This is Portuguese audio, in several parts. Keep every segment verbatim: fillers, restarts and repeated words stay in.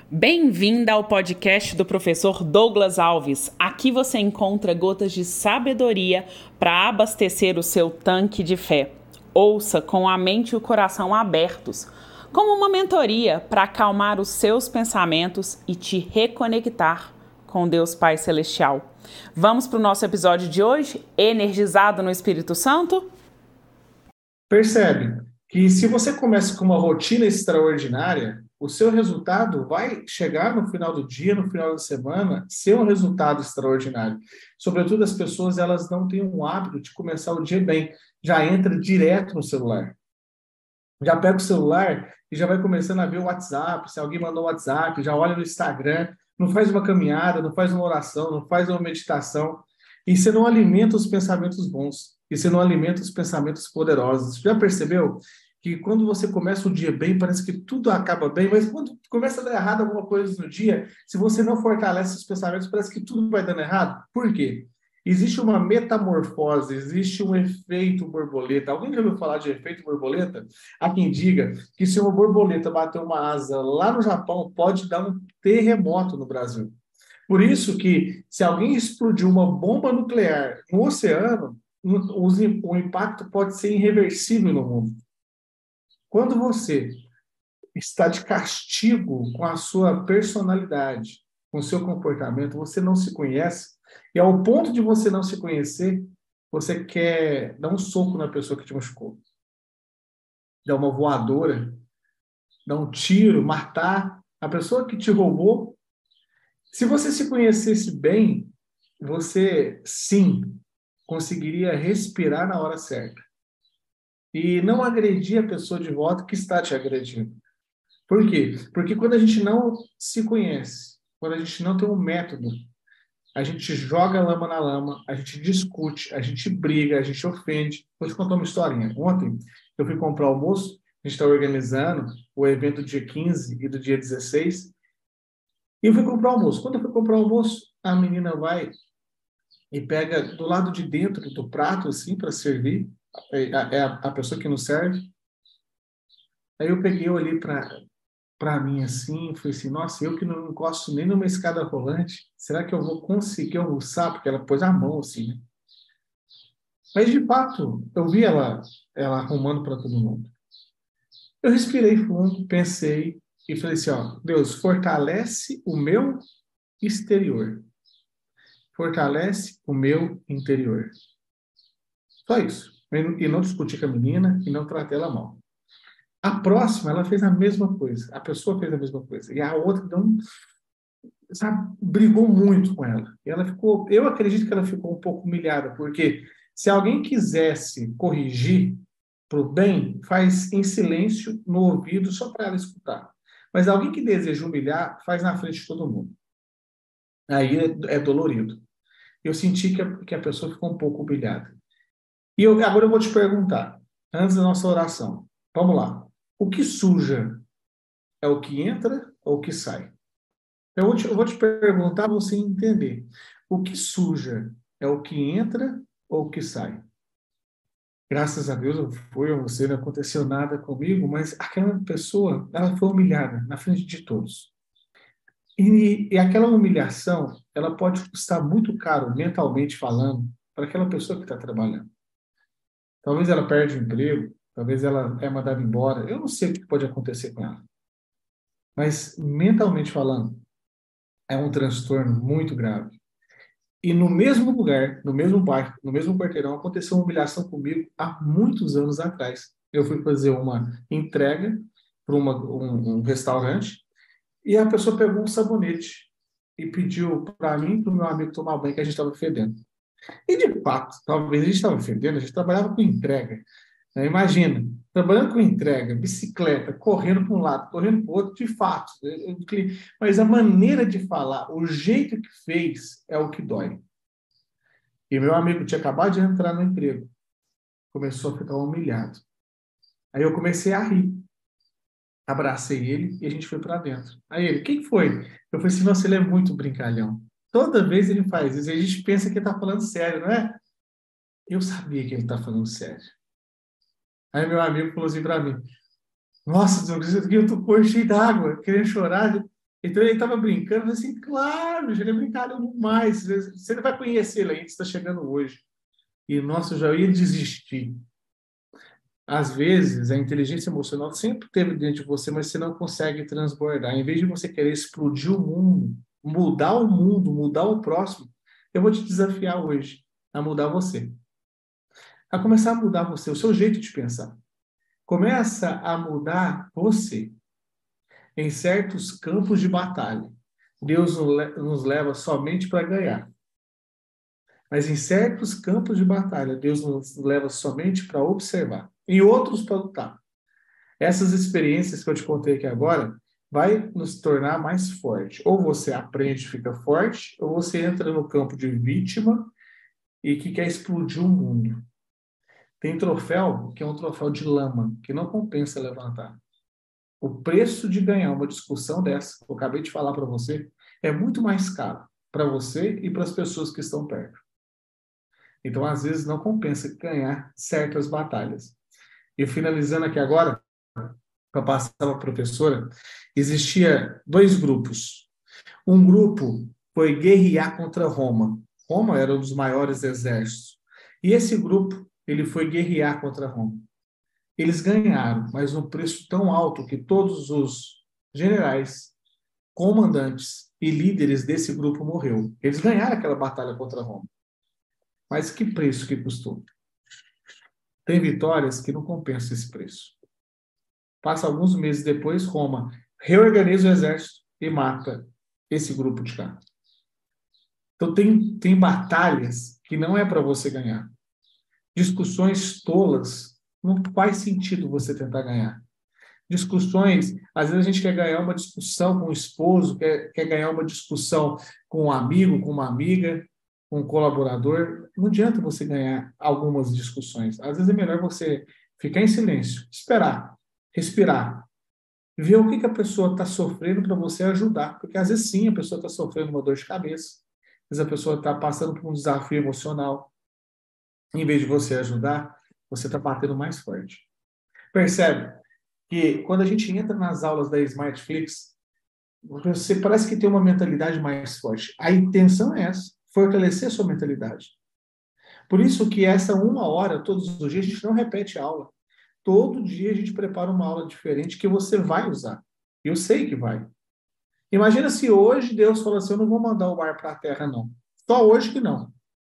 Bem-vinda ao podcast do professor Douglas Alves. Aqui você encontra gotas de sabedoria para abastecer o seu tanque de fé. Ouça com a mente e o coração abertos, como uma mentoria para acalmar os seus pensamentos e te reconectar com Deus Pai Celestial. Vamos para o nosso episódio de hoje, energizado no Espírito Santo? Percebe que se você começa com uma rotina extraordinária, o seu resultado vai chegar no final do dia, no final da semana, ser um resultado extraordinário. Sobretudo as pessoas, elas não têm um hábito de começar o dia bem. Já entra direto no celular. Já pega o celular e já vai começando a ver o WhatsApp, se alguém mandou um WhatsApp, já olha no Instagram, não faz uma caminhada, não faz uma oração, não faz uma meditação. E você não alimenta os pensamentos bons. E você não alimenta os pensamentos poderosos. Já percebeu que quando você começa o dia bem, parece que tudo acaba bem, mas quando começa a dar errado alguma coisa no dia, se você não fortalece os pensamentos, parece que tudo vai dando errado. Por quê? Existe uma metamorfose, existe um efeito borboleta. Alguém já ouviu falar de efeito borboleta? Há quem diga que se uma borboleta bater uma asa lá no Japão, pode dar um terremoto no Brasil. Por isso que, se alguém explodir uma bomba nuclear no oceano, o impacto pode ser irreversível no mundo. Quando você está de castigo com a sua personalidade, com o seu comportamento, você não se conhece, e ao ponto de você não se conhecer, você quer dar um soco na pessoa que te machucou, dar uma voadora, dar um tiro, matar a pessoa que te roubou. Se você se conhecesse bem, você, sim, conseguiria respirar na hora certa. E não agredir a pessoa de volta que está te agredindo. Por quê? Porque quando a gente não se conhece, quando a gente não tem um método, a gente joga lama na lama, a gente discute, a gente briga, a gente ofende. Vou te contar uma historinha. Ontem, eu fui comprar almoço, a gente está organizando o evento do dia quinze e do dia dezesseis, e eu fui comprar almoço. Quando eu fui comprar almoço, a menina vai e pega do lado de dentro do prato, assim, para servir, é a, a pessoa que nos serve. Aí eu peguei, eu olhei para para mim assim, falei assim, nossa, eu que não encosto nem numa escada rolante, será que eu vou conseguir almoçar? Porque ela pôs a mão assim, né? Mas de fato, eu vi ela, ela arrumando para todo mundo. Eu respirei fundo, pensei e falei assim, ó, Deus, fortalece o meu exterior. Fortalece o meu interior. Só isso. E não discuti com a menina e não tratei ela mal. A próxima, ela fez a mesma coisa. A pessoa fez a mesma coisa. E a outra não, sabe, brigou muito com ela. E ela ficou, eu acredito que ela ficou um pouco humilhada, porque se alguém quisesse corrigir para o bem, faz em silêncio no ouvido só para ela escutar. Mas alguém que deseja humilhar, faz na frente de todo mundo. Aí é, é dolorido. Eu senti que a, que a pessoa ficou um pouco humilhada. E eu, agora eu vou te perguntar, antes da nossa oração, vamos lá. O que suja é o que entra ou o que sai? Eu vou te, eu vou te perguntar para você entender. O que suja é o que entra ou o que sai? Graças a Deus eu fui, eu você, não aconteceu nada comigo, mas aquela pessoa, ela foi humilhada na frente de todos. E, e aquela humilhação, ela pode custar muito caro, mentalmente falando, para aquela pessoa que está trabalhando. Talvez ela perde o emprego, talvez ela é mandada embora. Eu não sei o que pode acontecer com ela. Mas, mentalmente falando, é um transtorno muito grave. E no mesmo lugar, no mesmo bairro, no mesmo quarteirão, aconteceu uma humilhação comigo há muitos anos atrás. Eu fui fazer uma entrega para um, um restaurante e a pessoa pegou um sabonete e pediu para mim e para o meu amigo tomar banho, que a gente estava fedendo. E, de fato, talvez a gente estava fedendo, a gente trabalhava com entrega. Né? Imagina, trabalhando com entrega, bicicleta, correndo para um lado, correndo para o outro, de fato. Mas a maneira de falar, o jeito que fez, é o que dói. E meu amigo tinha acabado de entrar no emprego. Começou a ficar humilhado. Aí eu comecei a rir. Abracei ele e a gente foi para dentro. Aí ele, quem foi? Eu falei assim, nossa, ele é muito brincalhão. Toda vez ele faz isso. E a gente pensa que ele está falando sério, não é? Eu sabia que ele está falando sério. Aí meu amigo falou assim para mim, nossa, Deus, eu tô cheio d'água, querendo chorar. Então ele estava brincando, eu falei assim, claro, ele é brincalhão demais. Você não vai conhecer ele ainda, está chegando hoje. E, nossa, eu já ia desistir. Às vezes, a inteligência emocional sempre teve dentro de você, mas você não consegue transbordar. Em vez de você querer explodir o mundo, mudar o mundo, mudar o próximo, eu vou te desafiar hoje a mudar você. A começar a mudar você, o seu jeito de pensar. Começa a mudar você em certos campos de batalha. Deus nos leva somente para ganhar. Mas em certos campos de batalha, Deus nos leva somente para observar. Em outros, para lutar. Essas experiências que eu te contei aqui agora vai nos tornar mais forte. Ou você aprende e fica forte, ou você entra no campo de vítima e que quer explodir o mundo. Tem troféu que é um troféu de lama, que não compensa levantar. O preço de ganhar uma discussão dessa, que eu acabei de falar para você, é muito mais caro para você e para as pessoas que estão perto. Então, às vezes, não compensa ganhar certas batalhas. E finalizando aqui agora, para passar para a professora, existia dois grupos. Um grupo foi guerrear contra Roma. Roma era um dos maiores exércitos. E esse grupo, ele foi guerrear contra Roma. Eles ganharam, mas num preço tão alto que todos os generais, comandantes e líderes desse grupo morreram. Eles ganharam aquela batalha contra Roma. Mas que preço que custou? Tem vitórias que não compensam esse preço. Passa alguns meses depois, Roma reorganiza o exército e mata esse grupo de cá. Então, tem, tem batalhas que não é para você ganhar. Discussões tolas, não faz sentido você tentar ganhar. Discussões, às vezes a gente quer ganhar uma discussão com o esposo, quer, quer ganhar uma discussão com um amigo, com uma amiga, com um colaborador. Não adianta você ganhar algumas discussões. Às vezes é melhor você ficar em silêncio, esperar, respirar, ver o que, que a pessoa está sofrendo para você ajudar. Porque às vezes sim, a pessoa está sofrendo uma dor de cabeça, às vezes a pessoa está passando por um desafio emocional. Em vez de você ajudar, você está batendo mais forte. Percebe que quando a gente entra nas aulas da Smartflix, você parece que tem uma mentalidade mais forte. A intenção é essa, fortalecer a sua mentalidade. Por isso que essa uma hora, todos os dias, a gente não repete a aula. Todo dia a gente prepara uma aula diferente que você vai usar. Eu sei que vai. Imagina se hoje Deus falou assim, eu não vou mandar o ar para a terra, não. Só hoje que não.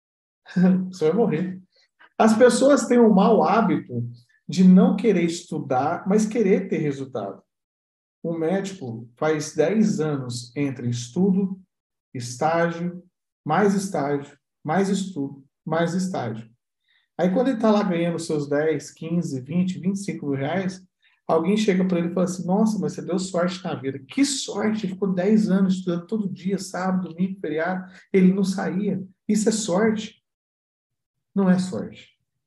Você vai morrer. As pessoas têm o mau hábito de não querer estudar, mas querer ter resultado. O médico faz dez anos entre estudo, estágio, mais estágio, mais estudo, mais estágio. Aí quando ele está lá ganhando seus dez, quinze, vinte, vinte e cinco mil reais, alguém chega para ele e fala assim, nossa, mas você deu sorte na vida. Que sorte! Ele ficou dez anos estudando todo dia, sábado, domingo, feriado, ele não saía. Isso é sorte? Não é sorte.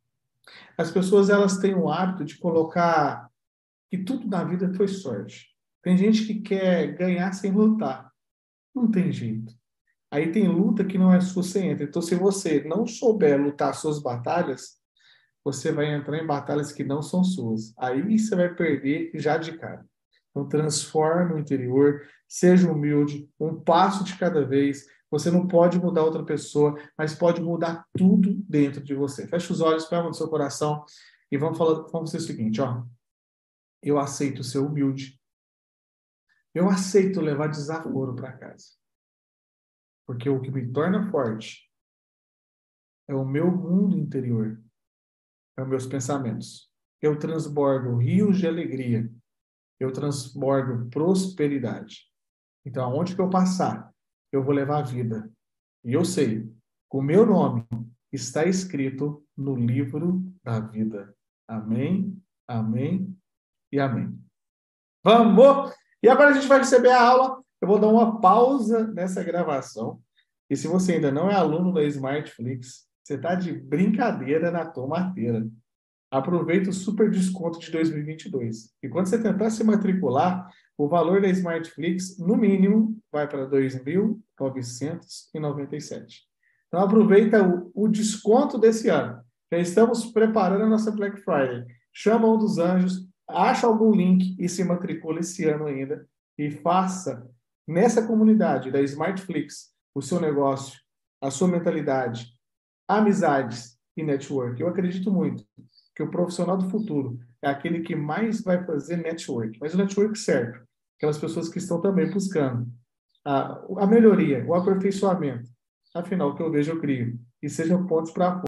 As pessoas, elas têm o hábito de colocar que tudo na vida foi sorte. Tem gente que quer ganhar sem lutar. Não tem jeito. Aí tem luta que não é sua, você entra. Então, se você não souber lutar suas batalhas, você vai entrar em batalhas que não são suas. Aí você vai perder já de cara. Então, transforme o interior, seja humilde, um passo de cada vez. Você não pode mudar outra pessoa, mas pode mudar tudo dentro de você. Feche os olhos, pega no seu coração e vamos falar, vamos dizer o seguinte, ó. Eu aceito ser humilde. Eu aceito levar desaforo para casa. Porque o que me torna forte é o meu mundo interior, é os meus pensamentos. Eu transbordo rios de alegria. Eu transbordo prosperidade. Então, aonde que eu passar, eu vou levar a vida. E eu sei, o meu nome está escrito no livro da vida. Amém, amém e amém. Vamos! E agora a gente vai receber a aula. Eu vou dar uma pausa nessa gravação. E se você ainda não é aluno da Smartflix, você está de brincadeira na tomateira. Aproveita o super desconto de dois mil e vinte e dois. E quando você tentar se matricular, o valor da Smartflix, no mínimo, vai para dois mil novecentos e noventa e sete. Então, aproveita o, o desconto desse ano. Já estamos preparando a nossa Black Friday. Chama um dos anjos, acha algum link e se matricula esse ano ainda. E faça nessa comunidade da Smartflix, o seu negócio, a sua mentalidade, amizades e network. Eu acredito muito que o profissional do futuro é aquele que mais vai fazer network, mas o network certo. Aquelas pessoas que estão também buscando a, a melhoria, o aperfeiçoamento. Afinal, o que eu vejo, eu crio. E sejam pontos para